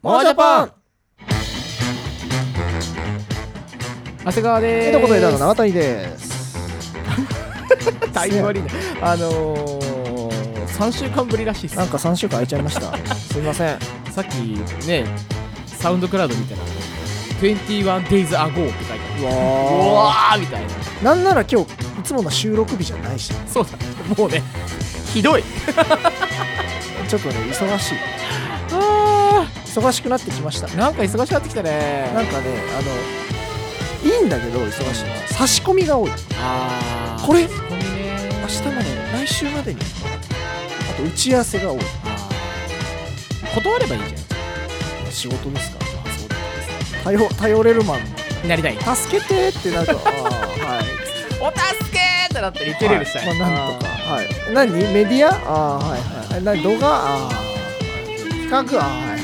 モアジャパン。長谷川でーす。 ということで長谷です。 タイム悪いね。3週間ぶりらしいっす。 なんか3週間空いちゃいました。すいません。 さっきね、サウンドクラウド見たら21 days ago って書いてある。うわーみたいな。 なんなら今日いつもの収録日じゃないし。 そうだ。もうね、ひどい。 ちょっとね、忙しい。忙しくなってきました。 なんか忙しくなってきたね。 なんかね、いいんだけど忙しいのは差し込みが多い。これ明日まで、来週までに、あと打ち合わせが多い。 断ればいいじゃん。 仕事ですか。そうです。頼れるマンになりたい。 助けてってなると、はい。 お助けーってなって言ってるよりしたい。 まあなんとか。はい。何メディア？はいはい。何動画？企画？はいはい。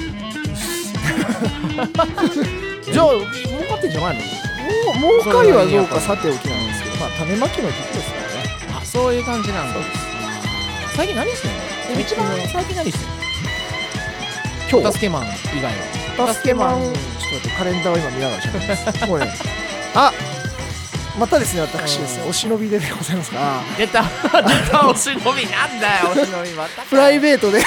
じゃあ儲かってんじゃないの？ 儲かりはどうかさておきなんですけど、まあ種まきの時期ですからね。 そういう感じなんだ。最近何してんの？一番最近何してんの？今日助けマン以外は。 助けマン、ちょっと待ってカレンダーを今見ながら喋ります。もうね、またですね、私ですね、お忍びでございますが。 出たお忍びなんだよ、お忍びまた。 プライベートで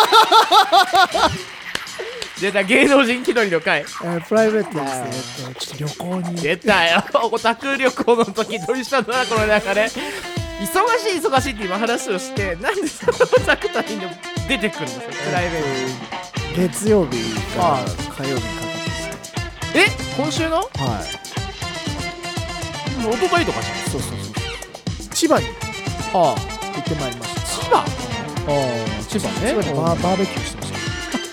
出た、芸能人気取りの回。 プライベートでですね、ちょっと旅行に。 出たよ、オタク旅行の時どうしたんだな、この中で。忙しいって今話をして、なんでそのオタク旅に出てくるんですよ、プライベート。 月曜日から火曜日にかけてですね。 今週の？はい。もう一昨日とかじゃん。 そう。千葉に行ってまいりました。 千葉ね。 千葉でバーベキューしてました。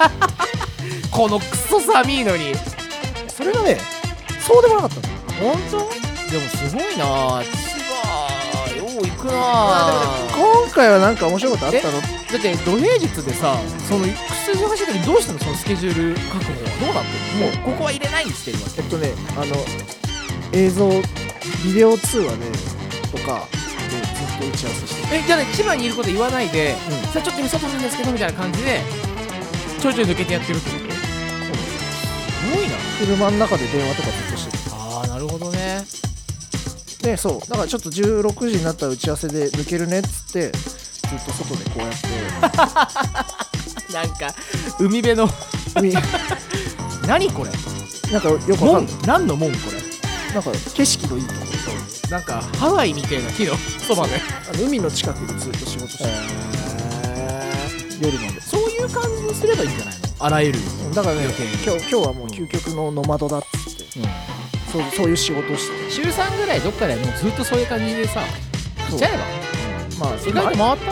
このクソ寒いのに。 それがね、そうでもなかったの。 本当？でもすごいな、千葉よう行くな。 今回はなんか面白いことあったの？ だって土平日でさ、その薬忙しい時にどうしたの？そのスケジュール確保はどうなってるの？もうここは入れないにしてるわけ。 映像ビデオ通話でとかでずっと打ち合わせして。 じゃあね、千葉にいること言わないで、さあちょっと見せたいんですけどみたいな感じでちょいちょい抜けてやってるってこと？すごいな。 車の中で電話とかずっとしてる。 なるほどね。 で、そうだからちょっと16時になったら打ち合わせで抜けるねっつってずっと外でこうやってなんか海辺の何これ？ なんかよくわかんない。 何の門これ？ なんか景色のいいところ。 なんかハワイみたいな木のそばで海の近くでずっと仕事してる。夜まで。 そういう感じにすればいいんじゃないの？あらゆる。 だからね、今日はもう究極のノマドだっつって、そういう仕事をして週3ぐらいどっかでもうずっとそういう感じでさしちゃえば。まあ意外と回った？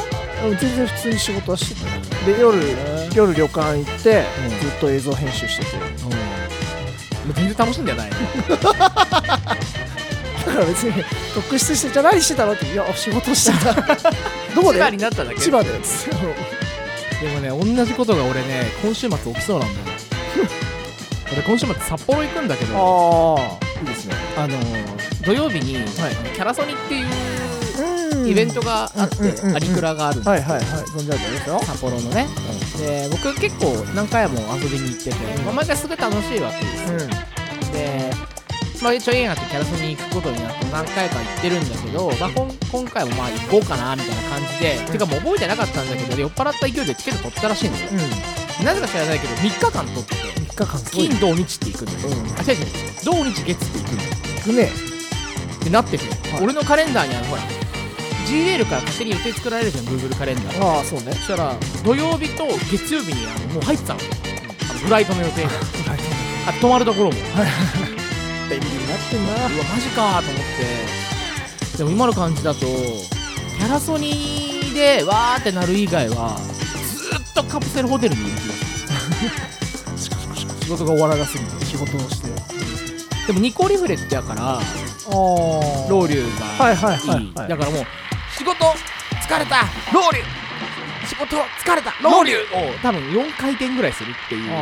全然普通に仕事はしてたね。で夜旅館行ってずっと映像編集してて、 全然楽しんではない。 だから別に特筆してじゃあ何してたのって、いや仕事してた。どこで？ 千葉になっただけ。 千葉で。 でもね、同じことが俺ね今週末起きそうなんだよ。俺今週末札幌行くんだけど、 いいですね。 土曜日にキャラソニっていうイベントがあって、アリクラがあるんですよ。 存じ上げてますよ、 札幌のね。で僕結構何回も遊びに行ってて、毎回すごい楽しいわけですよ。でちょいなってキャラソニ行くことになって何回か行ってるんだけど、今回も行こうかなみたいな感じで、てかもう覚えてなかったんだけど、酔っ払った勢いでチケット取ったらしいんですよ。なぜか知らないけど3日間取ってて、金土日って行くんだよ。違う土日月って行くんだよ。 行くねってなってて、俺のカレンダーにほら Gmail から勝手に予定作られるじゃん、 Google カレンダー。 そうね。 そしたら土曜日と月曜日にもう入ってたの。フライトの予定が泊まるところも便利になってんな。 うわマジかと思って。でも今の感じだとキャラソニーでわーってなる以外はずっとカプセルホテルにいる気がする。 仕事が終わらなすぎて仕事をして。 でもニコリフレットやからロウリュがいい。だからもう仕事疲れたロウリュ、仕事疲れたロウリュを多分4回転ぐらいするっていう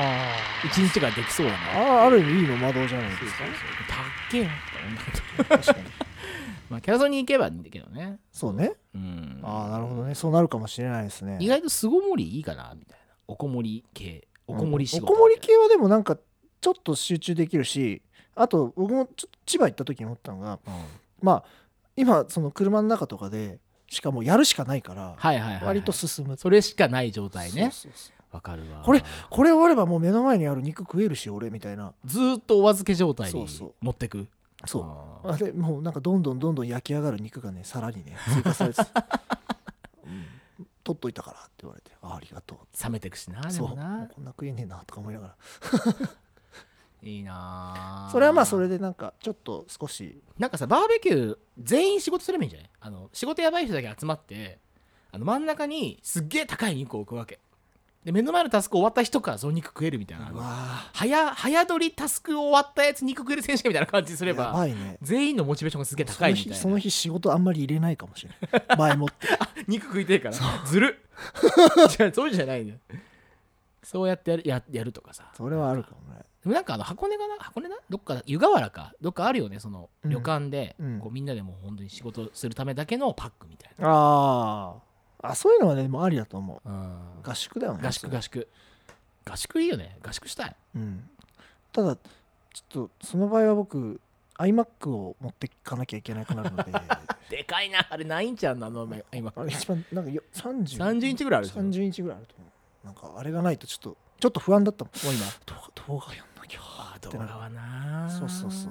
1日ができそうだな。 ある意味いいの魔導じゃないですか。 たっけえなって確かに。キャラソニー行けばいいんだけどね。 そうね。なるほどね。そうなるかもしれないですね。 意外と巣ごもりいいかなみたいな。おこもり系。 おこもり仕事、 おこもり系はでもなんかちょっと集中できるし、あと僕もちょっと千葉行った時に思ったのが、まあ今その車の中とかでしかもやるしかないから、割と進む、 それしかない状態ね。わかるわ。これ終わればもう目の前にある肉食えるし俺みたいな、 ずっとお預け状態に持ってく。 そうでもうなんかどんどん焼き上がる肉がねさらにね追加されて取っといたからって言われて、ありがとう。 冷めてくしな。 でもな、こんな食えねえなとか思いながらいいな。 それはまあそれでなんかちょっと少しなんかさ、バーベキュー全員仕事すればいいんじゃない？仕事やばい人だけ集まって真ん中にすっげえ高い肉を置くわけで、目の前のタスク終わった人からその肉食えるみたいな、早取りタスク終わったやつ肉食える選手権みたいな感じにすれば、 やばいね、 全員のモチベーションがすげえ高いみたいな。 その日仕事あんまり入れないかもしれない前もって肉食いてえからずるそうじゃないね。そうやってやるとかさ、 それはあるかもね。 でもなんか箱根などっか湯河原かどっかあるよね、その旅館で、こうみんなでもう本当に仕事するためだけのパックみたいな。 そういうのはねもうありだと思う。合宿だよね。 合宿いいよね。合宿したい。 ただちょっとその場合は僕 iMac を持っていかなきゃいけなくなるのででかいな、あれ何インチあんの iMac。一番なんか 30インチぐらいある。 30インチぐらいあると思う。なんかあれがないとちょっと不安だったもん。 もう今動画やんなきゃ。 動画はな。 そう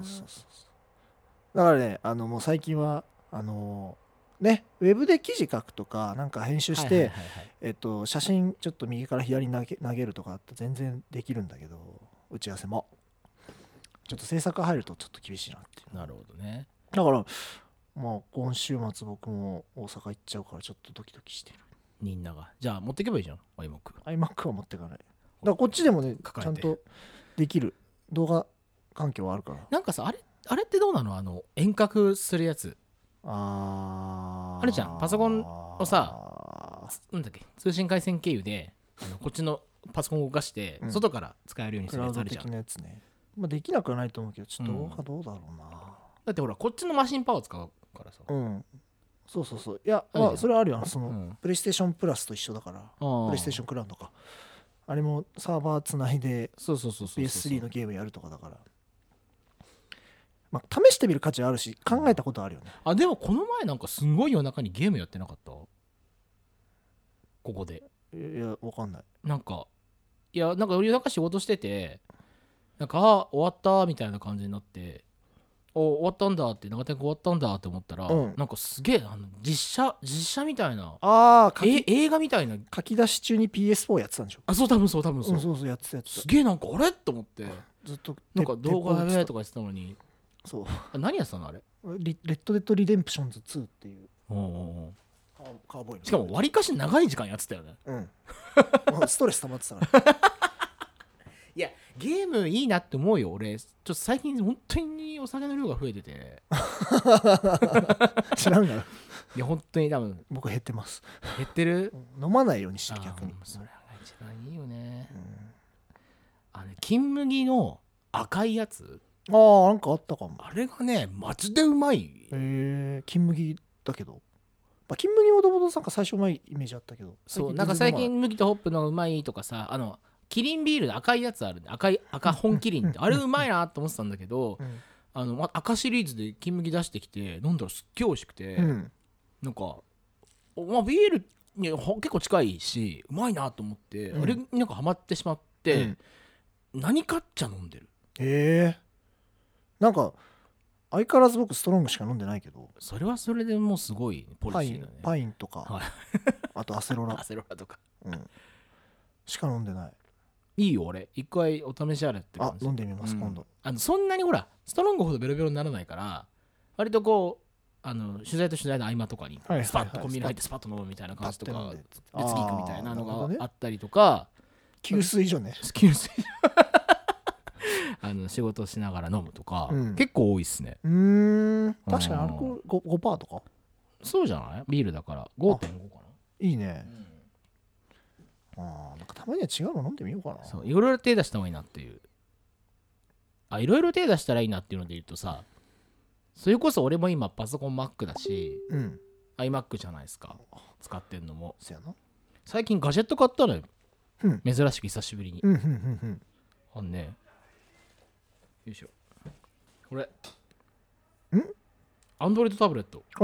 だからねもう最近はね、ウェブで記事書くとかなんか編集して、写真ちょっと右から左に投げるとかって全然できるんだけど、打ち合わせもちょっと制作入るとちょっと厳しいなっていう。 なるほどね。 だからまあ今週末僕も大阪行っちゃうからちょっとドキドキしてる。 みんながじゃあ持ってけばいいじゃん iMac は持ってかない。だからこっちでもねちゃんとできる動画環境はあるから。 なんかさ、あれってどうなの？遠隔するやつ。あれじゃん、パソコンをさ、なんだっけ、通信回線経由でこっちのパソコンを動かして、外から使えるようにするやつあるじゃん。 クラウド的なやつね。まあできなくはないと思うけど、ちょっとどうだろうな。 だってほらこっちのマシンパワー使うからさ。 そういや、まあそれはあるよ。そのプレイステーションプラスと一緒だから、プレイステーションクラウドか、あれもサーバーつないで PS3 のゲームやるとかだから、まあ試してみる価値はあるし、考えたことあるよね。 でもこの前なんかすごい夜中にゲームやってなかった？ここで。 いやわかんない。 なんか夜中仕事してて、なんか終わったみたいな感じになって、終わったんだって、長田君終わったんだって思ったら、なんかすげえ実写みたいな、映画みたいな、 書き出し中に PS4 やってたんでしょ。 そう多分そうそうやってた。 すげえなんかあれと思って、 ずっとなんか動画やべえとか言ってたのに、何やってたのあれ。 レッドデッドリデンプションズ2っていうカーボーイの、しかもわりかし長い時間やってたよね。 ストレス溜まってたからいやゲームいいなって思うよ。俺ちょっと最近本当にお酒の量が増えてて知らんがな。 いや本当に多分僕減ってます。 減ってる。 飲まないようにしてる。逆にそれが一番いいよね。金麦の赤いやつ、 なんかあったかも。 あれがねマジでうまい。 金麦だけど、金麦もともとなんか最初うまいイメージあったけど、 そうなんか最近麦とホップのうまいとかさ、キリンビールで赤いやつあるんで、赤本キリンってあれうまいなと思ってたんだけど、赤シリーズで金麦出してきて飲んだらすっげえ美味しくて、なんかビールに結構近いしうまいなと思って、あれになんかハマってしまって、何かっちゃ飲んでる。 なんか相変わらず僕ストロングしか飲んでないけど、 それはそれでもうすごいポリシーだね。 パインとか、あとアセロラとか、 しか飲んでない。 いいよ、俺一回お試しあれって感じ。 飲んでみます、今度。 そんなにほらストロングほどベロベロにならないから、割とこう取材と取材の合間とかにスパッとコンビニ入ってスパッと飲むみたいな感じとか、で次行くみたいなのがあったりとか、 給水所ね。 仕事しながら飲むとか、結構多いっすね。 確かにアルコール 5% とかそうじゃない？ビールだから 5.5 かな。 いいね。なんかたまには違うの飲んでみようかな。 そう、いろいろ手出した方がいいなっていう。いろいろ手出したらいいなっていうので言うとさ、それこそ俺も今パソコン Mac だし、iMac じゃないですか使ってんのも。最近ガジェット買ったのよ。 珍しく久しぶりに、あんね。よいしょ。これアンドロイドタブレット。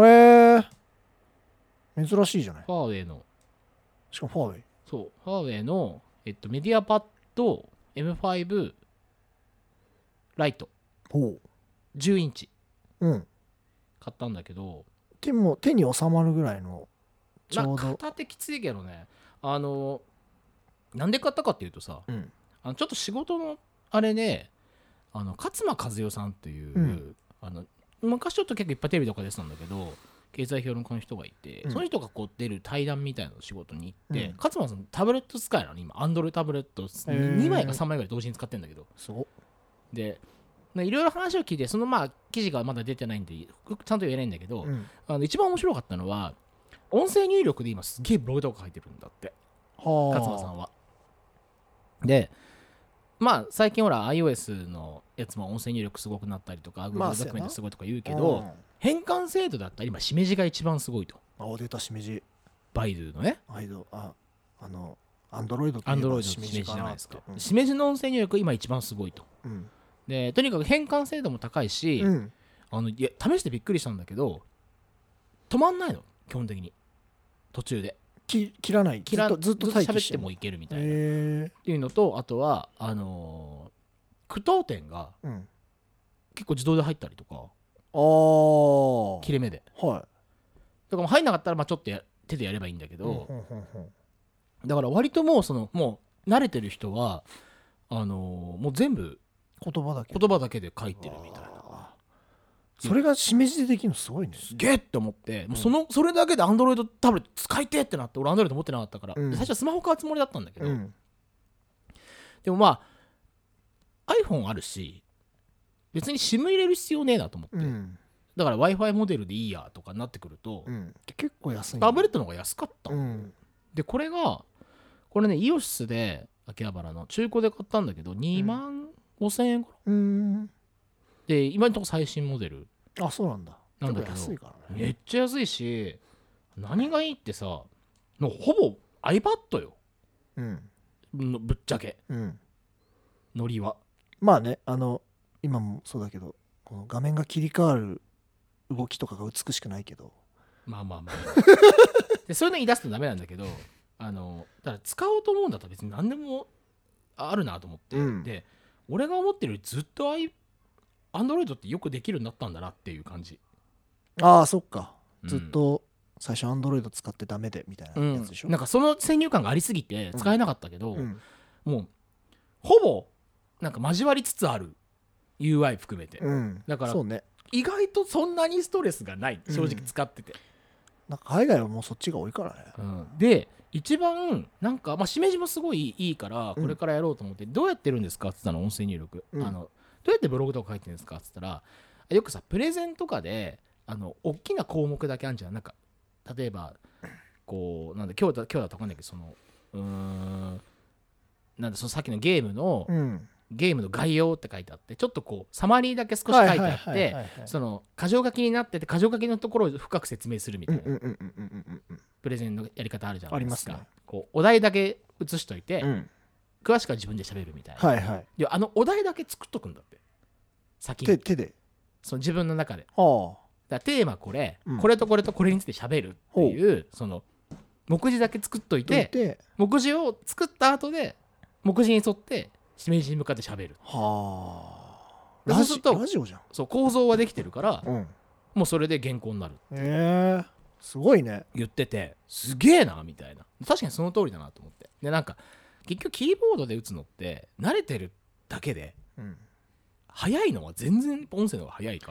珍しいじゃない。 ファーウェイの、 しかもファーウェイ。 そう、ファーウェイの、メディアパッド M5 ライト10インチ、買ったんだけど、 手に収まるぐらいのちょうど。 片手きついけどね。なんで買ったかっていうとさ、ちょっと仕事のあれで、勝間和代さんっていう、昔ちょっと結構いっぱいテレビとか出てたんだけど、経済評論家の人がいて、その人がこう出る対談みたいな仕事に行って、勝間さんタブレット使いなの今、アンドロイドタブレット2枚か3枚ぐらい同時に使ってるんだけど、でいろいろ話を聞いて、その記事がまだ出てないんでちゃんと言えないんだけど、一番面白かったのは音声入力で今すげえブログとか書いてるんだって、勝間さんは。で最近ほら iOS のやつも音声入力すごくなったりとか Google ドキュメントすごいとか言うけど、変換精度だったら今しめじが一番すごいと。 出たしめじ。 バイドゥのね、 アンドロイドといえばしめじじゃないですか。 しめじの音声入力今一番すごいと。でとにかく変換精度も高いし、いや試してびっくりしたんだけど止まんないの、基本的に途中で切らない、ずっと喋ってもいけるみたいな、っていうのと、あとは句読点が結構自動で入ったりとか、切れ目で、だから入んなかったらちょっと手でやればいいんだけど、だから割ともうもう慣れてる人はもう全部言葉だけで書いてるみたいな。 それがしめじでできるのすごいね。 すげえって思って、もうそれだけで Android タブレット使いてってなって、俺 Android 持ってなかったから、最初はスマホ買うつもりだったんだけど、でもiPhone あるし別に SIM 入れる必要ねえなと思って、だから Wi-Fi モデルでいいやとかになってくると、 結構安い、 タブレットの方が安かった、でこれねイオシスで秋葉原の中古で買ったんだけど25,000円かな、で今のところ最新モデルそうなんだけど、安いからね、 めっちゃ安いし、何がいいってさ、もうほぼ iPad よ、ぶっちゃけ、ノリは今もそうだけど、この画面が切り替わる動きとかが美しくないけど、 でそういうの言い出すとダメなんだけど、だから使おうと思うんだったら別に何でもあるなと思って、で俺が思ってるよりずっとAndroid ってよくできるようになったんだなっていう感じ。 そっか、ずっと最初 Android 使ってダメでみたいなやつでしょ、 なんかその先入観がありすぎて使えなかったけど、もうほぼなんか交わりつつある UI 含めて、だから意外とそんなにストレスがない、正直使ってて、 なんか海外はもうそっちが多いからね、 で一番なんかしめじもすごいいいからこれからやろうと思って、どうやってるんですかって言ったの、音声入力、どうやってブログとか書いてるんですかって言ったら、よくさプレゼンとかで大きな項目だけあるじゃん、なんか例えばこうなんだ今日だと分かんないけど、なんだそのさっきのゲームの概要って書いてあって、ちょっとこうサマリーだけ少し書いてあって、その箇条書きになってて、箇条書きのところを深く説明するみたいなプレゼンのやり方あるじゃないですか。こうお題だけ写しといて、詳しくは自分で喋るみたいな、お題だけ作っとくんだって、先に手でその自分の中で、だからテーマこれとこれとこれについて喋るっていう、その目次だけ作っといて、目次を作った後で目次に沿ってしめじに向かって喋る。そうするとラジオじゃん。 そう構造はできてるから、もうそれで原稿になる。 すごいね。 言っててすげえなみたいな。確かにその通りだなと思って。でなんか結局キーボードで打つのって慣れてるだけで、早いのは全然音声の方が早いから。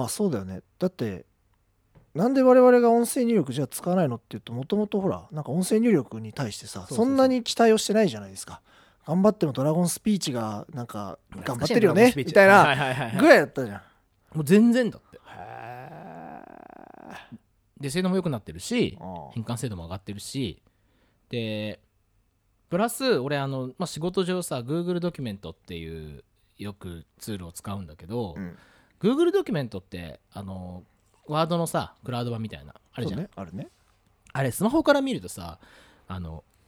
そうだよね。だってなんで我々が音声入力じゃ使わないのって言うと、もともとほらなんか音声入力に対してさ、そんなに期待をしてないじゃないですか。頑張ってもドラゴンスピーチがなんか頑張ってるよねみたいなぐらいだったじゃん。 もう全然だって。で性能も良くなってるし、変換精度も上がってるし、でプラス俺仕事上さ Google ドキュメントっていうよくツールを使うんだけど、Google ドキュメントってワードのさクラウド版みたいなあるじゃん。 あるね。 あれスマホから見るとさ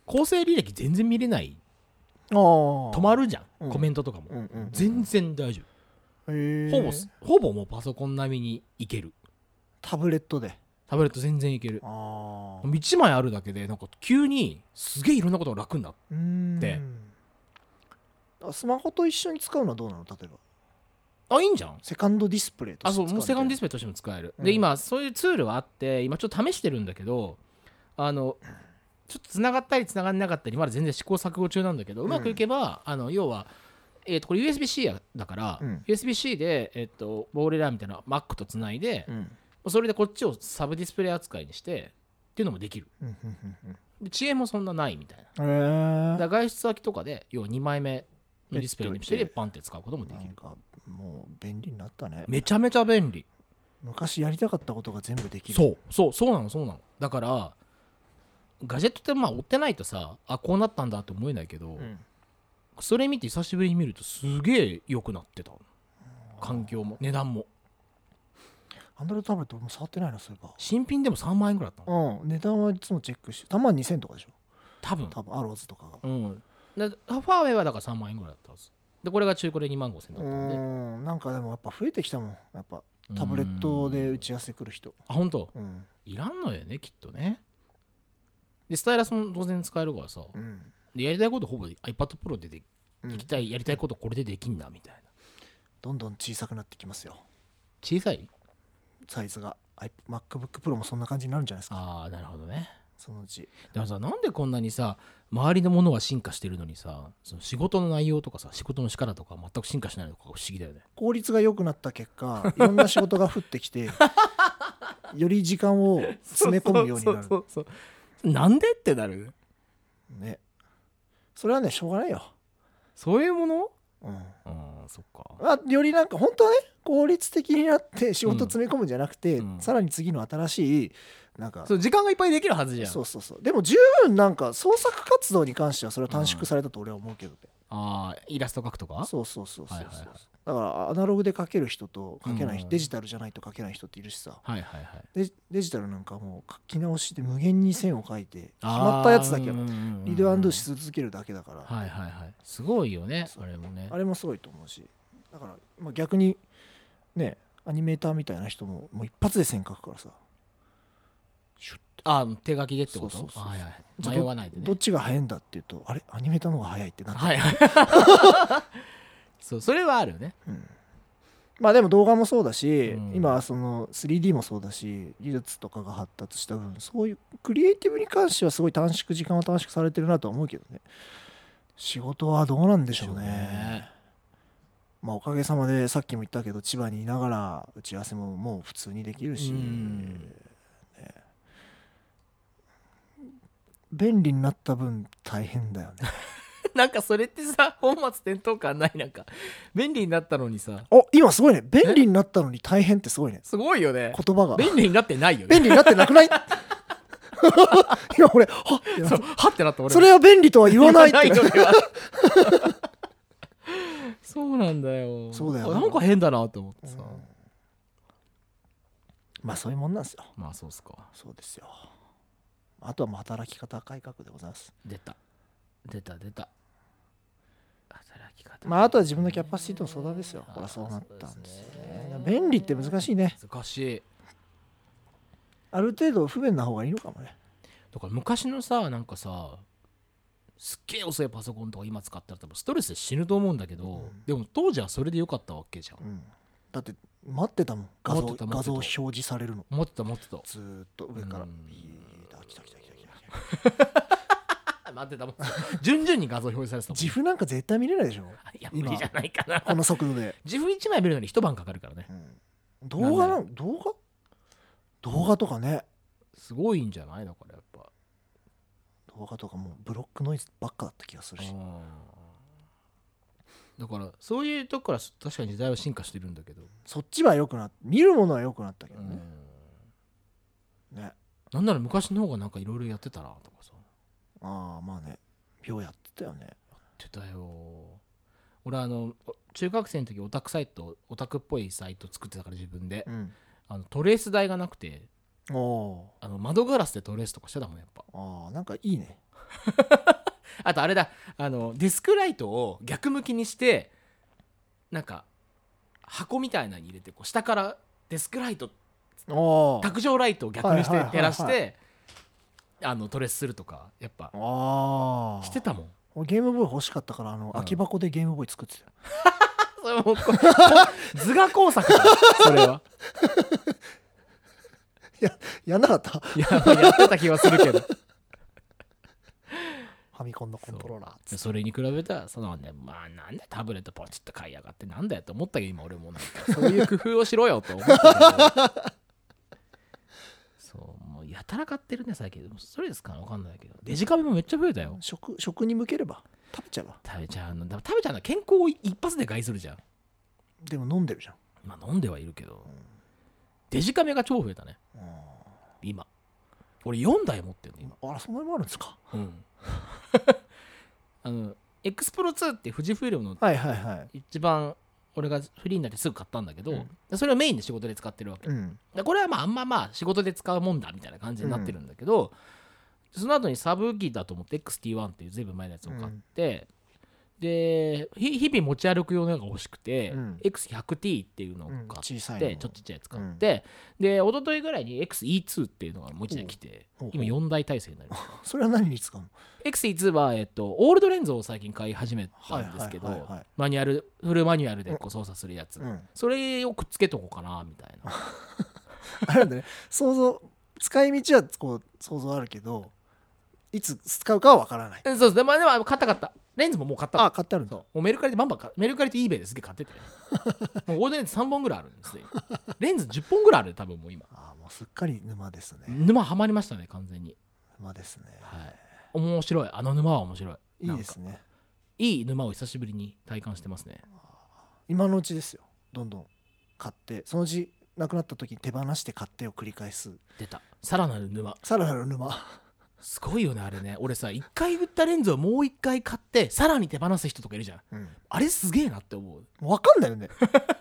構成履歴全然見れない。止まるじゃん、コメントとかも、全然大丈夫。ほぼもうパソコン並みにいける。 タブレット全然いける。1枚あるだけでなんか急にすげえいろんなことが楽になって。 スマホと一緒に使うのはどうなの？例えばいいんじゃん。 セカンドディスプレイとして使う。 もうセカンドディスプレイとしても使える。で今そういうツールはあって今ちょっと試してるんだけど、ちょっとつながったりつながんなかったりまだ全然試行錯誤中なんだけど、うまくいけば要はこれ USB-C だから、USB-C でボールレーみたいな Mac とつないで、それでこっちをサブディスプレイ扱いにしてっていうのもできる。で遅延もそんなないみたいな。だから外出先とかで要は2枚目のディスプレイにしてパンって使うこともできる。なんかもう便利になったね。 めちゃめちゃ便利。 昔やりたかったことが全部できる。 そうなの。だからガジェットって追ってないとさこうなったんだって思えないけど、それ見て久しぶりに見るとすげえ良くなってた。環境も値段も。 アンドロイドタブレットも触ってないな。そういえば新品でも3万円ぐらいだったの。 値段はいつもチェックして3万2000とかでしょ。多分アローズとかが。 ファーウェイはだから3万円ぐらいだったはずで、これが中古で2万5000だったんで。 なんかでもやっぱ増えてきたもん。やっぱタブレットで打ち合わせ来る人。 本当？いらんのよねきっとね。でスタイラスも当然使えるからさ、でやりたいことほぼ iPad Pro でやりたいことこれでできんだみたいな。 どんどん小さくなってきますよ。 小さいサイズが MacBook Pro もそんな感じになるんじゃないですか。 なるほどね。 そのうち。 でもさ、なんでこんなにさ周りのものは進化してるのにさ、その仕事の内容とかさ仕事の力とか全く進化しないのか不思議だよね。 効率が良くなった結果いろんな仕事が降ってきてより時間を詰め込むようになる。 そうなんでってなるね。それはねしょうがないよ。 そういうもの？そっか。 よりなんか本当はね効率的になって仕事詰め込むんじゃなくて、さらに次の新しいなんかそう時間がいっぱいできるはずじゃん。 そうでも十分なんか創作活動に関してはそれは短縮されたと俺は思うけどね。 イラスト描くとか。そうだからアナログで描ける人と描けない人、デジタルじゃないと描けない人っているしさ、デジタルなんかもう描き直しで無限に線を描いて決まったやつだけリドアンドし続けるだけだから、 すごいよね。あれもね、 あれもすごいと思うし、だから逆にねアニメーターみたいな人ももう一発で線描くからさ、 手書きでってこと？迷わないでね。 どっちが早いんだっていうと、あれアニメーターの方が早いってなってそれはあるよね。 まあでも動画もそうだし、今はその 3D もそうだし技術とかが発達した分、そういうクリエイティブに関してはすごい時間は短縮されてるなとは思うけどね。仕事はどうなんでしょうね。まあおかげさまでさっきも言ったけど千葉にいながら打ち合わせももう普通にできるし、便利になった分大変だよね。 なんかそれってさ本末転倒感ない？なんか便利になったのにさ、 今すごいね。便利になったのに大変ってすごいね。 すごいよね。 言葉が便利になってないよね。 便利になってなくない？今俺はってなった。俺それは便利とは言わないってそうなんだよ。 そうだよ。 なんか変だなと思ってさ、 まあそういうもんなんですよ。 まあそうっすか。 そうですよ。あとはもう働き方改革でございます。 出た働き方。 まああとは自分のキャパシティとの相談ですよ。これはそうなったんですよね。便利って難しいね。 難しい。 ある程度不便な方がいいのかもね。 だから昔のさなんかさすっげえ遅いパソコンとか今使ったら多分ストレスで死ぬと思うんだけど、でも当時はそれでよかったわけじゃん。 だって待ってたもん。画像表示されるの持ってたずーっと上から来た待ってたもん。順々に画像表示されてたもん。 自負なんか絶対見れないでしょ。 いや無理じゃないかな。 この速度で自負1枚見るのに一晩かかるからね。 動画とかねすごいんじゃないのこれ。やっぱ動画とかもブロックノイズばっかだった気がするし、 だからそういうとこから確かに時代は進化してるんだけど、 そっちは良くなった。見るものは良くなったけどね。 なんなら昔の方がなんかいろいろやってたなとかさ。 まあね、秒やってたよね。やってたよ。俺中学生の時オタクっぽいサイト作ってたから自分で、トレース台がなくて窓ガラスでトレースとかしてたもんやっぱ。 なんかいいね。 あとあれだ、デスクライトを逆向きにしてなんか箱みたいなのに入れてこう下からデスクライト卓上ライトを逆にして照らしてトレスするとかやっぱしてたもん。ゲームボーイ欲しかったから空き箱でゲームボーイ作ってたよそれも図画工作だそれは。 やんなかった？ やってた気はするけどファミコンのコントローラーそれに比べたらなんでタブレットポチッと買いやがってなんだよと思ったけど今俺もなんかそういう工夫をしろよと思ったけどそうもうやたら買ってるね最近。それですかね分かんないけどデジカメもめっちゃ増えたよ。 食に向ければ食べちゃうのは健康を一発で害するじゃん。 でも飲んでるじゃん。 まあ飲んではいるけど、デジカメが超増えたね今。俺4台持ってるの今。そんなにもあるんですか。 X Pro 2って富士フイルムの一番俺がフリーになってすぐ買ったんだけど、それをメインで仕事で使ってるわけ、これはあんま仕事で使うもんだみたいな感じになってるんだけど、その後にサブ機だと思って XT1 っていうずいぶん前のやつを買って、で日々持ち歩く用のが欲しくて、X100T っていうのを買って、ちょっとちっちゃいやつ買って、で一昨日ぐらいに XE2 っていうのがもう一台来て、今4台体制になりました。 それは何に使うの？ XE2 は、オールドレンズを最近買い始めたんですけど、フルマニュアルでこう操作するやつ、それをくっつけとこうかなみたいなあれなんだね、使い道はこう想像あるけどいつ使うかは分からない。 そうです。でも買ったレンズももう買った。 買ってあるんだ。 もうメルカリでメルカリと eBay ですげえ買っててもうオールドレンズ3本ぐらいあるんですね。レンズ10本ぐらいある多分もう今。 もうすっかり沼ですね。 沼ハマりましたね完全に。 沼ですね。 面白い。沼は面白い。 いいですね。 いい沼を久しぶりに体感してますね。 今のうちですよ。どんどん買ってそのうちなくなった時に手放して買ってを繰り返す。 出た。さらなる沼。すごいよねあれね。俺さ1回売ったレンズをもう1回買ってさらに手放す人とかいるじゃん、あれすげえなって思う。 分かんないよね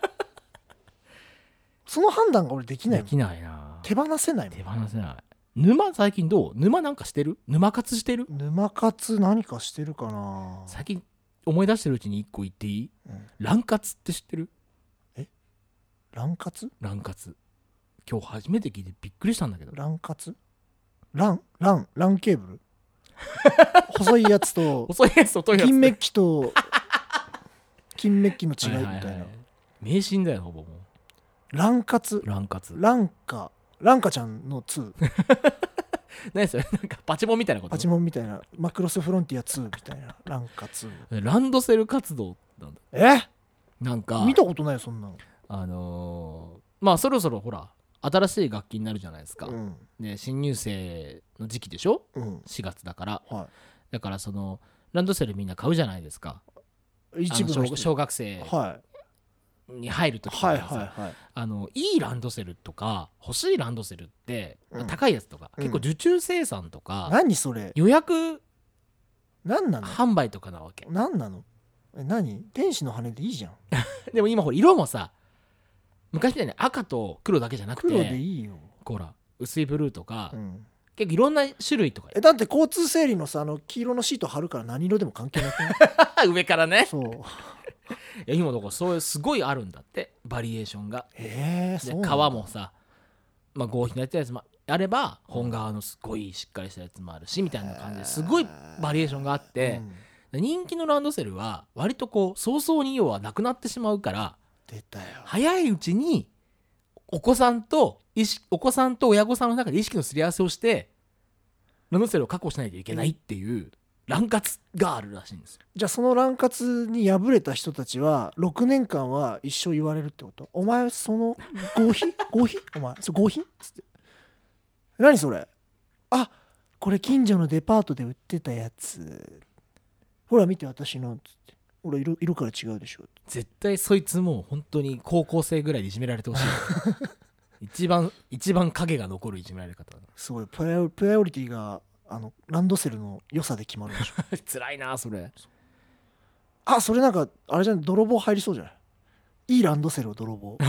その判断が俺できないもん。 できないな。 手放せないもん。 手放せない。沼最近どう？沼なんかしてる？沼活してる？ 沼活何かしてるかな。 最近思い出してるうちに1個言っていい？ラン活って知ってる？ ラン活今日初めて聞いてびっくりしたんだけど。 ラン活ランケーブル細いやつと金メッキと金メッキの違いみたいな。 迷信だよほぼもう。 ラン活ランカちゃんの2 何それなんかパチモンみたいなこと？ パチモンみたいなマクロスフロンティア2みたいなランカ2。 ランドセル活動なんだ。なんか見たことないよそんなの。まあそろそろほら新しい学期になるじゃないですか、で新入生の時期でしょ、4月だから、だからそのランドセルみんな買うじゃないですか。一部の小学生に入るときとかさ、いいランドセルとか欲しいランドセルって高いやつとか、結構受注生産とか、 何それ予約何なの販売とかなわけ。 何なの？何？天使の羽でいいじゃんでも今ほら色もさ昔みたいに赤と黒だけじゃなくて、 黒でいいよ。 ほら薄いブルーとか、結構いろんな種類とか。 だって交通整理のさ黄色のシート貼るから何色でも関係なくない上からね。 そういや今だからそういうすごいあるんだってバリエーションが。 そう革もさ、合皮のやつもあれば本革のすごいしっかりしたやつもあるしみたいな感じですごいバリエーションがあって、人気のランドセルは割とこう早々に要はなくなってしまうから、 出たよ。 早いうちにお子さんと親御さんの中で意識のすり合わせをしてランドセルを確保しないといけないっていうラン活があるらしいんですよ。 じゃあそのラン活に敗れた人たちは6年間は一生言われるってこと？お前その合皮お前それ合皮つって何それ？これ近所のデパートで売ってたやつ、ほら見て私のつって、ほら色から違うでしょ。 絶対そいつもう本当に高校生ぐらいでいじめられてほしい一番影が残るいじめられ方。 すごいプライオリティがランドセルの良さで決まるでしょ辛いなそれ。 それなんかあれじゃない、泥棒入りそうじゃない？いいランドセルを泥棒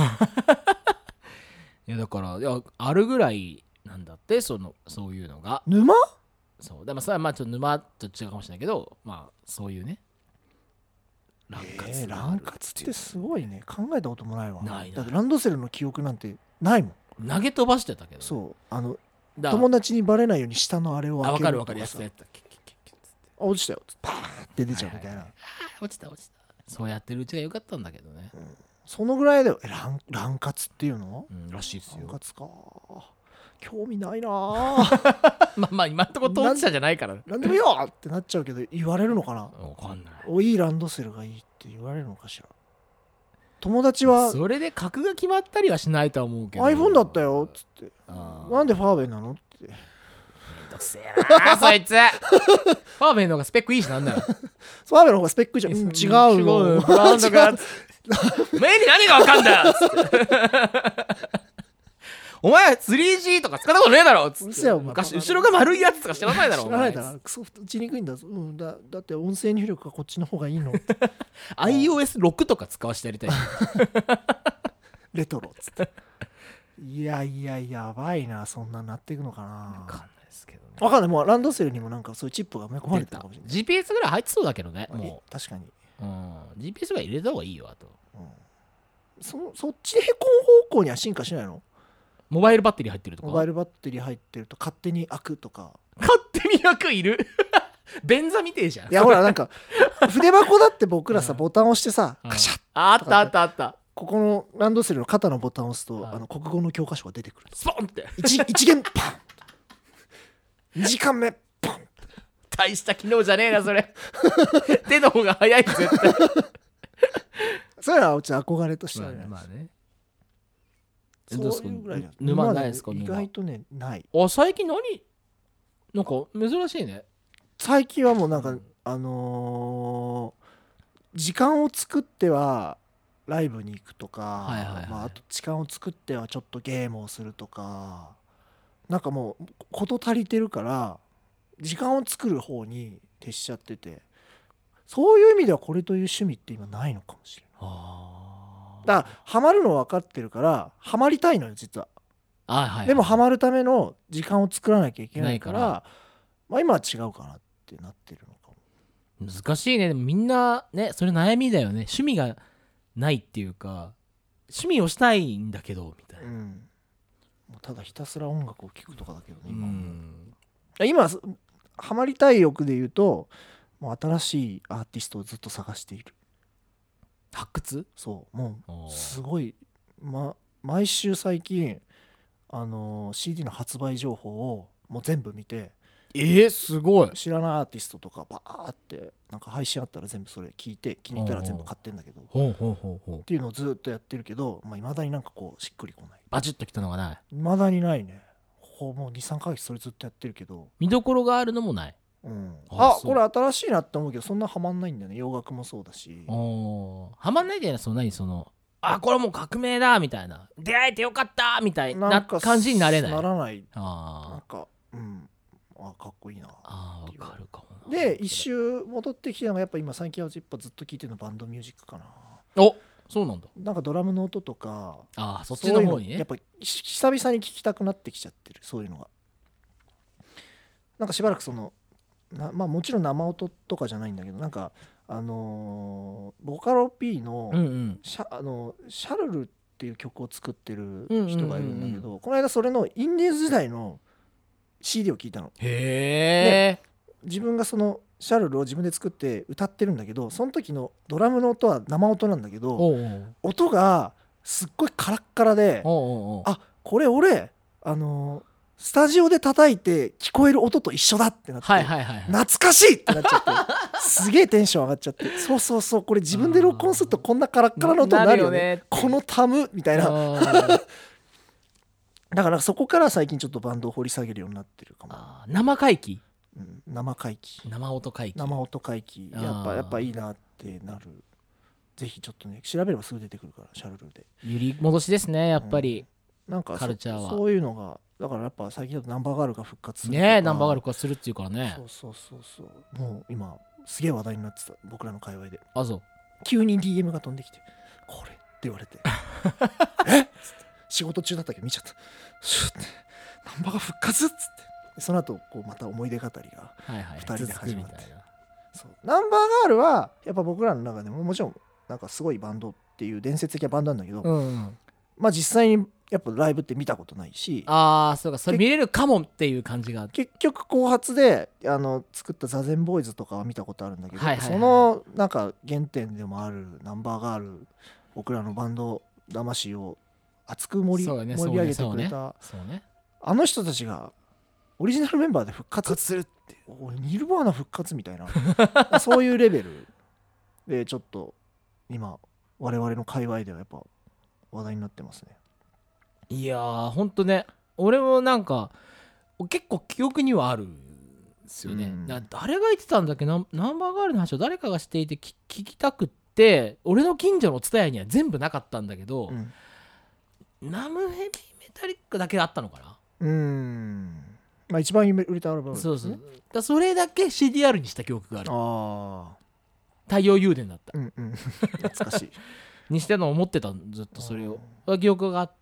いやだからあるぐらいなんだって、そういうのが。 沼そうでもそれはまあちょっと沼と違うかもしれないけど、まあそういうねラン活ってすごいね。考えたこともないわ。 ないだってランドセルの記憶なんてないもん。 投げ飛ばしてたけど、ね、 そう友達にバレないように下のあれを開けるとかさ。 分かるやつやった落ちたよパーって出ちゃうみたいな、 落ちたそうやってるうちが良かったんだけどね、 そのぐらいだよ。ラン活っていうの、 らしいですよ。 ラン活か興味ないなまあ今んとこ当事者じゃないからなんでもいいよってなっちゃうけど、言われるのかな。 分かんない。 いいランドセルがいいって言われるのかしら。友達はそれで格が決まったりはしないとは思うけど iPhone だったよっつって、なんでファーウェイなのってめんどくせえなそいつファーウェイの方がスペックいいしなんだよファーウェイの方がスペックじゃん、違うよブランドが目に何が分かんだよつってお前 3G とか使ったことねえだろっつって昔後ろが丸いやつとか知らないだろ。 知らないだろ。クソ打ちにくいんだぞ、だって音声入力がこっちの方がいいの iOS6 とか使わせてやりたいレトロっつっていややばいな。そんななっていくのかな。 分かんないですけどね。 分かんない。もうランドセルにもなんかそういうチップが埋め込まれてるかもしれない。 GPS ぐらい入ってそうだけどね。もう確かに、 GPS ぐらい入れた方がいいよ。あと、 そっちでへこん方向には進化しないの。 モバイルバッテリー入ってるとか。 モバイルバッテリー入ってると勝手に開くとか。 勝手に開くいる便座みてえじゃん。 いやほらなんか筆箱だって僕らさボタン押してさカシャッあったここのランドセルの肩のボタンを押すと国語の教科書が出てくる。 スポンって 1限パン2時間目パン。 大した機能じゃねえなそれ手の方が早い絶対それはうち憧れとしてはね。 まあね。 そういうぐらい沼ないですか。 意外とねない。 最近なんか珍しいね。 最近はもうなんか時間を作ってはライブに行くとか、あと時間を作ってはちょっとゲームをするとか、なんかもう事足りてるから時間を作る方に徹しちゃってて、そういう意味ではこれという趣味って今ないのかもしれない。だからハマるの分かってるからハマりたいのよ実は。でもハマるための時間を作らなきゃいけないから、まあ今は違うかなってなってるのかも。 難しいね。でもみんなねそれ悩みだよね。趣味がないっていうか、趣味をしたいんだけどみたいな、 もうただひたすら音楽を聴くとかだけどね。今ハマりたい欲で言うと、もう新しいアーティストをずっと探している。 発掘？ そうもうすごい、毎週最近CD の発売情報をもう全部見て、 すごい。 知らないアーティストとかバーってなんか配信あったら全部それ聞いて気に入ったら全部買ってんだけどっていうのをずっとやってるけど、いまだになんかこうしっくりこない。 バチッときたのがない。 いまだにないね。もう 2,3 ヶ月それずっとやってるけど見どころがあるのもない。 これ新しいなって思うけどそんなハマんないんだよね。洋楽もそうだし。 ハマんないんだよね。これもう革命だみたいな、出会えてよかったみたいな感じになれない。 ならない。なんかかっこいいな。 わかるかもな。で一周戻ってきたのがやっぱ今最近はずっと聴いてるのバンドミュージックかな。 そうなんだ。 なんかドラムの音とかそっちの方にね、 やっぱ久々に聴きたくなってきちゃってる。そういうのがなんかしばらくもちろん生音とかじゃないんだけど、なんかボカロ P のシャルルっていう曲を作ってる人がいるんだけど、この間それのインディーズ時代の CD を聴いたの。自分がそのシャルルを自分で作って歌ってるんだけど、その時のドラムの音は生音なんだけど、音がすっごいカラッカラで、これ俺スタジオで叩いて聞こえる音と一緒だってなって、懐かしいってなっちゃってすげえテンション上がっちゃって、そうこれ自分で録音するとこんなカラッカラの音になるよね、このタムみたいなだからそこから最近ちょっとバンドを掘り下げるようになってるかも。 生回帰、 生回帰、 生音回帰、 やっぱいいなってなる。ぜひちょっとね調べればすぐ出てくるから、シャルルで揺り戻しですねやっぱり、 なんかカルチャーはそういうのが。だからやっぱ最近だとナンバーガールが復活するとかね、ナンバーガール復活するっていうからね。 そうもう今すげえ話題になってた、僕らの界隈で。 そう急に DM が飛んできてこれって言われてえっつって仕事中だったけど見ちゃった。シュッてナンバーガール復活っつってその後こうまた思い出語りが2人で始まって、そうナンバーガールはやっぱ僕らの中でももちろんなんかすごいバンドっていう伝説的なバンドなんだけど、まあ実際にやっぱライブって見たことないし、 そうか、それ見れるかもっていう感じが、 結局後発で作ったザゼンボーイズとかは見たことあるんだけど、そのなんか原点でもあるナンバーガール、僕らのバンド魂を熱く盛り上げてくれたあの人たちがオリジナルメンバーで復活するって、ニルバーナ復活みたいなそういうレベルでちょっと今我々の界隈ではやっぱ話題になってますね。 いやーほんとね、俺もなんか結構記憶にはあるんですよね、誰が言ってたんだっけ、ナンバーガールの話を誰かがしていて聞きたくって、俺の近所のツタヤには全部なかったんだけど、ナムヘビーメタリックだけあったのかな。 まあ一番売れたアルバムですね。 そうだ、それだけ CDR にした記憶がある。太陽誘電だった、 懐かしいにしての思ってた、ずっとそれを記憶があって、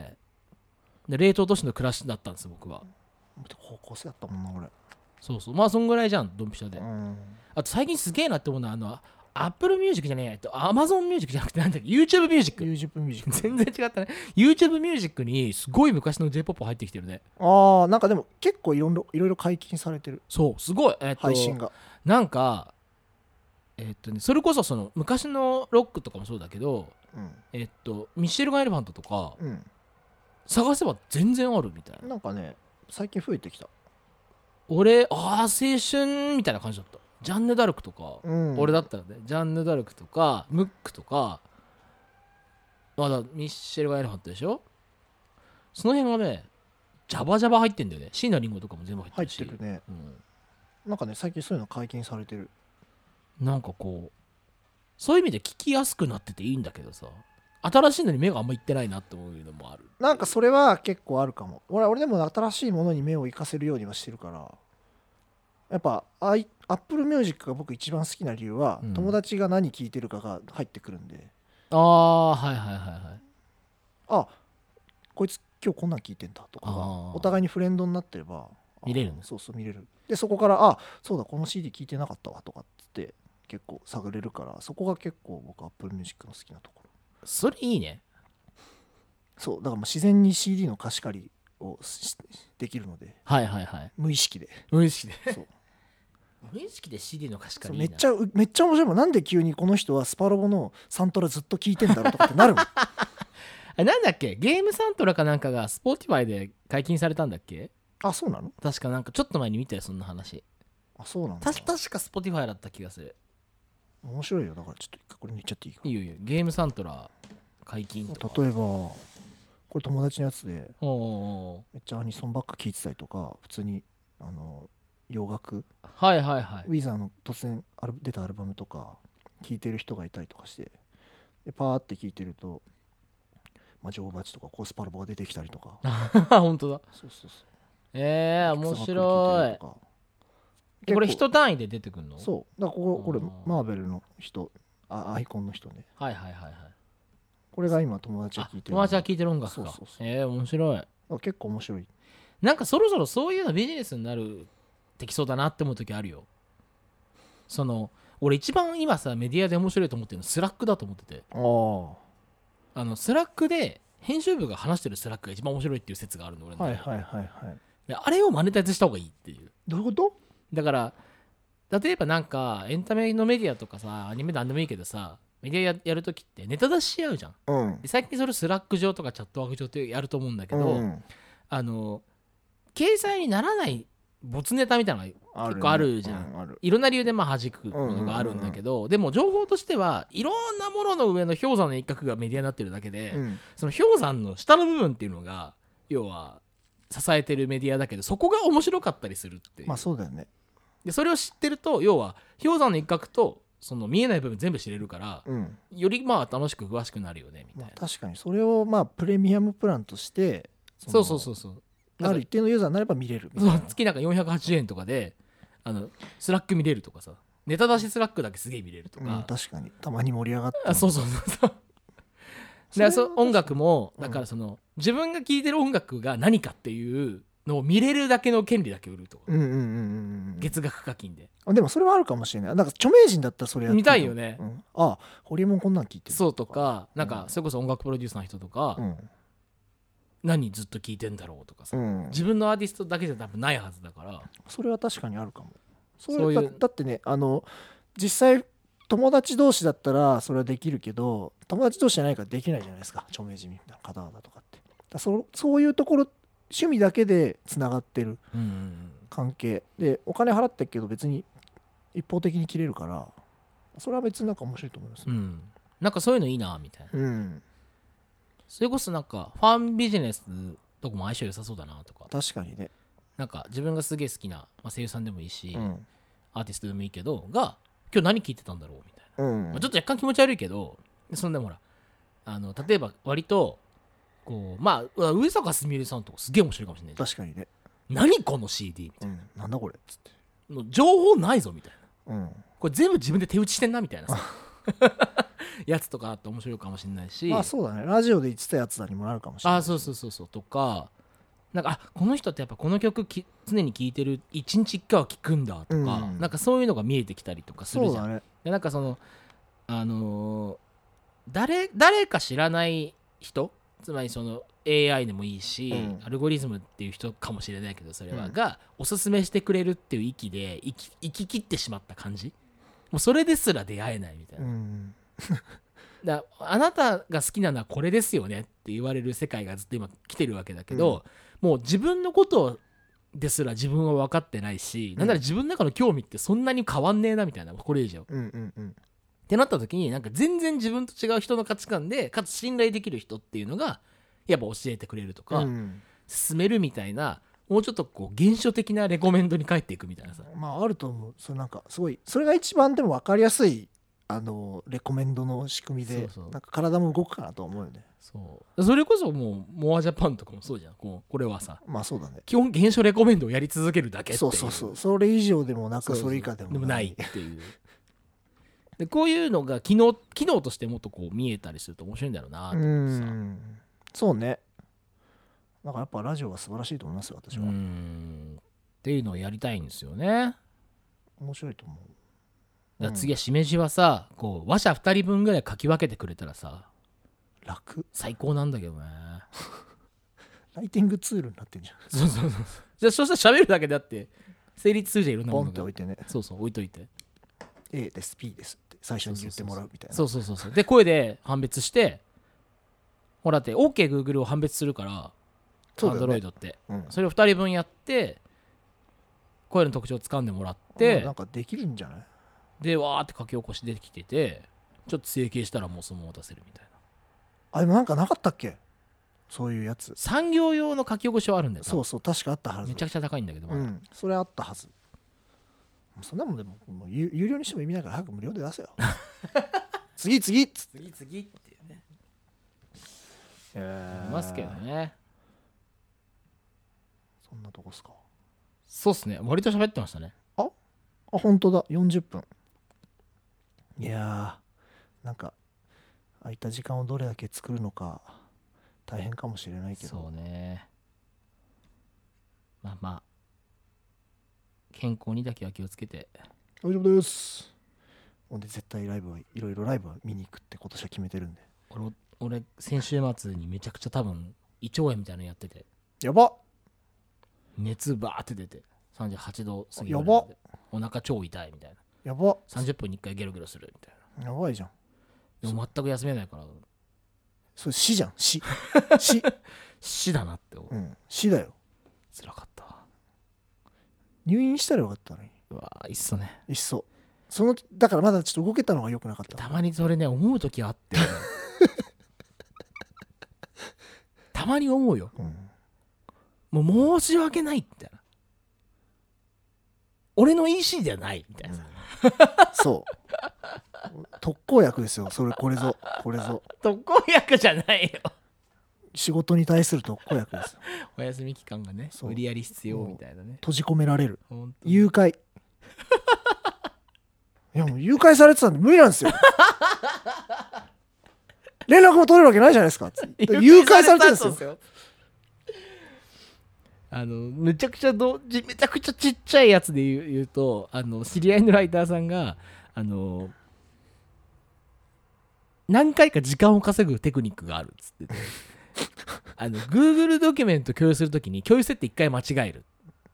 で冷凍都市の暮らしだったんです僕は。 高校生だったもんな俺。 そうまあそんぐらいじゃんドンピシャで。あと最近すげえなって思うのはApple Music じゃねえ、Amazon Music じゃなくてなんだっけ、YouTube Music 全然違ったね。YouTube Music にすごい昔の J-POP 入ってきてるね。 なんかでも結構いろいろ解禁されてる。 そうすごい、 配信がなんかそれこそその昔のロックとかもそうだけど、ミシェルガン・エレファントとか、探せば全然あるみたいな。 なんかね最近増えてきた。 俺青春みたいな感じだった。ジャンヌ・ダルクとか、俺だったらねジャンヌ・ダルクとかムックとか、まだミッシェルガン・エレファントでしょ。その辺がねジャバジャバ入ってんだよね。椎名林檎とかも全部入ってるし。 入ってるね、なんかね最近そういうの解禁されてる。 なんかこうそういう意味で聞きやすくなってていいんだけどさ、新しいのに目があんまいってないなって思うのもある。 なんかそれは結構あるかも。俺でも新しいものに目を生かせるようにはしてるから、やっぱApple Music が僕一番好きな理由は、友達が何聴いてるかが入ってくるんで、こいつ今日こんなん聴いてんだとかがお互いにフレンドになってれば見れるね。 そう見れる。でそこからそうだこの CD 聴いてなかったわとかって結構探れるから、そこが結構僕 Apple Music の好きなところ。 それいいね。 そうだから自然に CD の貸し借りをできるので、無意識でそう無意識で CD の貸し借りめっちゃ面白いもん。なんで急にこの人はスパロボのサントラずっと聴いてんだろうとかってなるもんなんだっけ、ゲームサントラかなんかが Spotify で解禁されたんだっけ。 そうなの。 確かなんかちょっと前に見たよそんな話。 そうなんだ。 確か Spotify だった気がする。 面白いよ。だからちょっと一回これ見ちゃっていいか。 いいよゲームサントラ解禁とか。 例えばこれ友達のやつでめっちゃアニソンばっか聴いてたりとか、普通に洋楽、ウィザーの突然出たアルバムとか聴いてる人がいたりとかして、でパーって聴いてると女王蜂とかコスパロボが出てきたりとか本当だ。そう面白い。これ一単位で出てくるの。 そうだからこれマーベルの人、アイコンの人ね。これが今友達が聴いてる音楽か。面白い。 結構面白い。 なんかそろそろそういうのビジネスになるできそうだなって思う時あるよ。俺一番今さメディアで面白いと思ってるのスラックだと思ってて、スラックで編集部が話してるスラックが一番面白いっていう説があるの俺の。であれをマネタイズした方がいいっていう。 どういうこと？ だから例えばなんかエンタメのメディアとかさ、アニメなんでもいいけどさ、メディアやるときってネタ出しし合うじゃん、で最近それスラック上とかチャットワーク上ってやると思うんだけど、掲載にならない没ネタみたいなのが結構あるじゃん、いろんな理由で弾くものがあるんだけど、でも情報としてはいろんなものの上の氷山の一角がメディアになってるだけで、その氷山の下の部分っていうのが要は支えてるメディアだけど、そこが面白かったりするっていう。 そうだよね。 でそれを知ってると要は氷山の一角とその見えない部分全部知れるから、より楽しく詳しくなるよねみたいな。 確かにそれをプレミアムプランとしてそうある一定のユーザーになれば見れるみたいな。 月なんか480円とかでスラック見れるとかさ、ネタ出しスラックだけすげえ見れるとか、 確かにたまに盛り上がって、 音楽もだから自分が聴いてる音楽が何かっていうのを見れるだけの権利だけ売るとか、月額課金で。 でもそれはあるかもしれない。なんか著名人だったらそれやって見たいよね、 あ、ホリエモンこんなん聞いてるそうとか、なんかそれこそ音楽プロデューサーの人とか、何ずっと聞いてんだろうとかさ、自分のアーティストだけじゃ多分ないはずだから、 それは確かにあるかも。そういうだってね、実際友達同士だったらそれはできるけど、友達同士じゃないからできないじゃないですか、著名人みたいな方々とかって。そういうところ、趣味だけでつながってる関係で、お金払ってるけど別に一方的に切れるから、それは別になんか面白いと思います、 なんかそういうのいいなみたいな、それこそなんかファンビジネスとかも相性良さそうだなとか。 確かにね。なんか自分がすげえ好きな、声優さんでもいいし、アーティストでもいいけどが今日何聞いてたんだろうみたいな、ちょっと若干気持ち悪いけど、そんでもほら例えば割とこう上坂すみれさんとかすげえ面白いかもしれない。 確かにね。 何この CD みたいな、 なんだこれっつって、 情報ないぞみたいな、これ全部自分で手打ちしてんなみたいなさやつとかあって面白いかもしれないし、 そうだね、ラジオで言ってたやつだにもなるかもしれない。 そうとか、なんかこの人ってやっぱこの曲常に聴いてる、1日1回は聴くんだとか、なんかそういうのが見えてきたりとかするじゃん。そうだね。でなんかその誰か知らない人、つまりその AI でもいいし、アルゴリズムっていう人かもしれないけど、それは、がおすすめしてくれるっていう域で生き切ってしまった感じ、もうそれですら出会えないみたいな、あなたが好きなのはこれですよねって言われる世界がずっと今来てるわけだけど、もう自分のことですら自分は分かってないし、なんなら自分の中の興味ってそんなに変わんねえなみたいな、これ以上、ってなった時に、なんか全然自分と違う人の価値観でかつ信頼できる人っていうのがやっぱ教えてくれるとか、進めるみたいな、もうちょっとこう原初的なレコメンドに返っていくみたいなさ、 あると思う。それなんかすごい、それが一番でも分かりやすいレコメンドの仕組みで、なんか体も動くかなと思うよね。それこそもうモアジャパンとかもそうじゃん。これはさ、 そうだね、 基本原初レコメンドをやり続けるだけっていう、 それ以上でもなくそれ以下でもないっていうで、こういうのが機能としてもっとこう見えたりすると面白いんだろうなと思ってさ。 そうね。なんかやっぱラジオは素晴らしいと思いますよ、私は。 っていうのをやりたいんですよね。 面白いと思う。 だから次はしめじはさ、こう話者2人分ぐらい書き分けてくれたらさ、 楽、 最高なんだけどねライティングツールになってんじゃん。 そうじゃあそしたら喋るだけであって成立するじゃん、いろんなものがポンって置いてね。 置いといて A です B ですって最初に言ってもらうみたいな。 そうで声で判別して、ほらって OKGoogle を判別するから、Android って、それを2人分やって声の特徴を掴んでもらって、 なんかできるんじゃない。 でわーって書き起こし出てきてて、ちょっと整形したらもうそのまま出せるみたいな。 でもなんかなかったっけ、そういうやつ。 産業用の書き起こしはあるんだよ。 そう確かあったはず。 めちゃくちゃ高いんだけど、 それあったはず。そんなもんでもう有料にしても意味ないから早く無料で出せよ次っつって次っていうね、いますけどね。 そんなとこっすか。 そうっすね、割と喋ってましたね。 本当だ、40分。いやー、なんか空いた時間をどれだけ作るのか大変かもしれないけど。 そうね、まあ健康にだけは気をつけて。 大丈夫です。ほんで絶対いろいろライブは見に行くって今年は決めてるんで。 俺先週末にめちゃくちゃ多分胃腸炎みたいなのやってて、 やばっ、 熱バーって出て38度過ぎるまで、やばっ、 お腹超痛いみたいな、 やばっ、 30分に1回ゲロゲロするみたいな、やばいじゃん。 でも全く休めないから、 それ死じゃん、死だなって。 死だよ。 辛かったわ。 入院したらよかったのに。 うわいっそね、 いっそ。だからまだちょっと動けたのが良くなかった。 たまにそれね思う時あってたまに思うよ、もう申し訳ないみたいな、俺の意思じゃないみたいな、 そう特効薬ですよ、これぞ特効薬じゃないよ、 仕事に対する特効薬ですよお休み期間がね無理やり必要みたいなね、 閉じ込められる、誘拐いやもう誘拐されてたんで無理なんですよ連絡も取れるわけないじゃないですか誘拐されてるんですよめちゃくちゃちっちゃいやつで言うと知り合いのライターさんが何回か時間を稼ぐテクニックがあるっつっててGoogle ドキュメント共有するときに共有設定1回間違える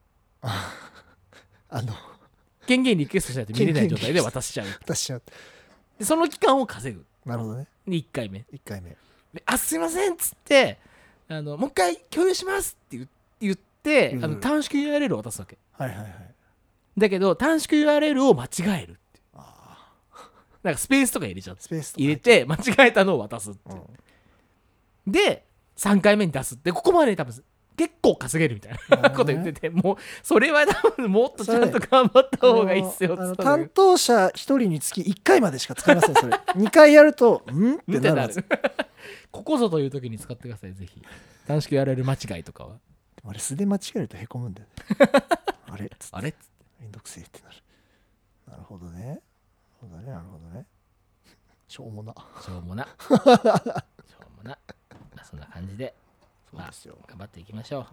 権限リクエストしないと見れない状態で渡しちゃうでその期間を稼ぐ。 なるほどね。 で1回目ですいませんっつってもう一回共有しますって言って短縮 URL を渡すわけ。だけど短縮 URL を間違えるってなんかスペースとか入れちゃって入れて間違えたのを渡すって、で3回目に出すってここまで多分結構稼げるみたいなこと言ってて、もうそれは多分もっとちゃんと頑張った方がいいっすよって担当者1人につき1回までしか使えませんそれ2回やるとんってなるここぞという時に使ってくださいぜひ。短縮 URL 間違いとかはあれ素で間違えるとへこむんだよねあれっつってめんどくせえってなる。なるほどねしょうもなそんな感じで頑張っていきましょう。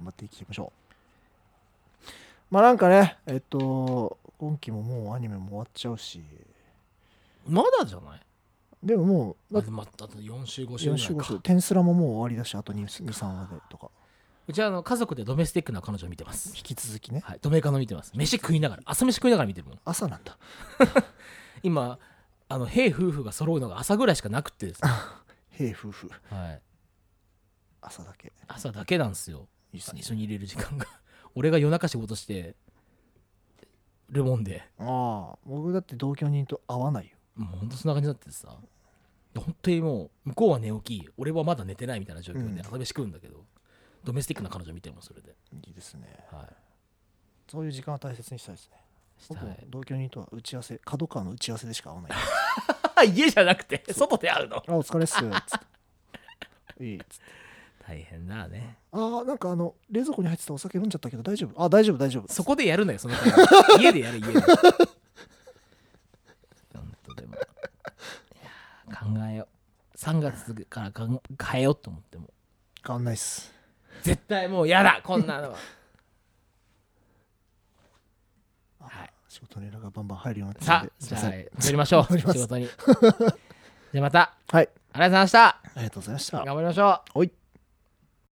まあなんかね今期ももうアニメも終わっちゃうしまだじゃない。 でももうだって4週5週ぐらいか。 テンスラももう終わりだしあと 2,3 話でとか。 うちは家族でドメスティックな彼女を見てます。 引き続きね。 はい、ドメカノ見てます。朝飯食いながら見てるもん。 朝なんだ今兵夫婦が揃うのが朝ぐらいしかなくてですね兵夫婦はい朝だけなんですよ。いいっすね、一緒に入れる時間が俺が夜中仕事してるもんで。 僕だって同居人と会わないよ。 もうほんとそんな感じになってさ、本当にもう向こうは寝起き俺はまだ寝てないみたいな状況で朝飯食うんだけど、ドメスティックな彼女見てもそれでいいですね。 はい、 そういう時間は大切にしたいですね。僕同居人とは打ち合わせ角川の打ち合わせでしか会わない家じゃなくて外で会うのお疲れっすつっていいっつって大変だね。 なんか冷蔵庫に入ってたお酒飲んじゃったけど大丈夫。大丈夫。 そこでやるのよその家でやる。本当でも考えよう。3月から変えようと思っても変わんないっす。 絶対もうやだこんなのははい、仕事に連絡がバンバン入るようになってさあじゃあやりましょう仕事にじゃあまたはいありがとうございました。 ありがとうございました。 頑張りましょう。 おい。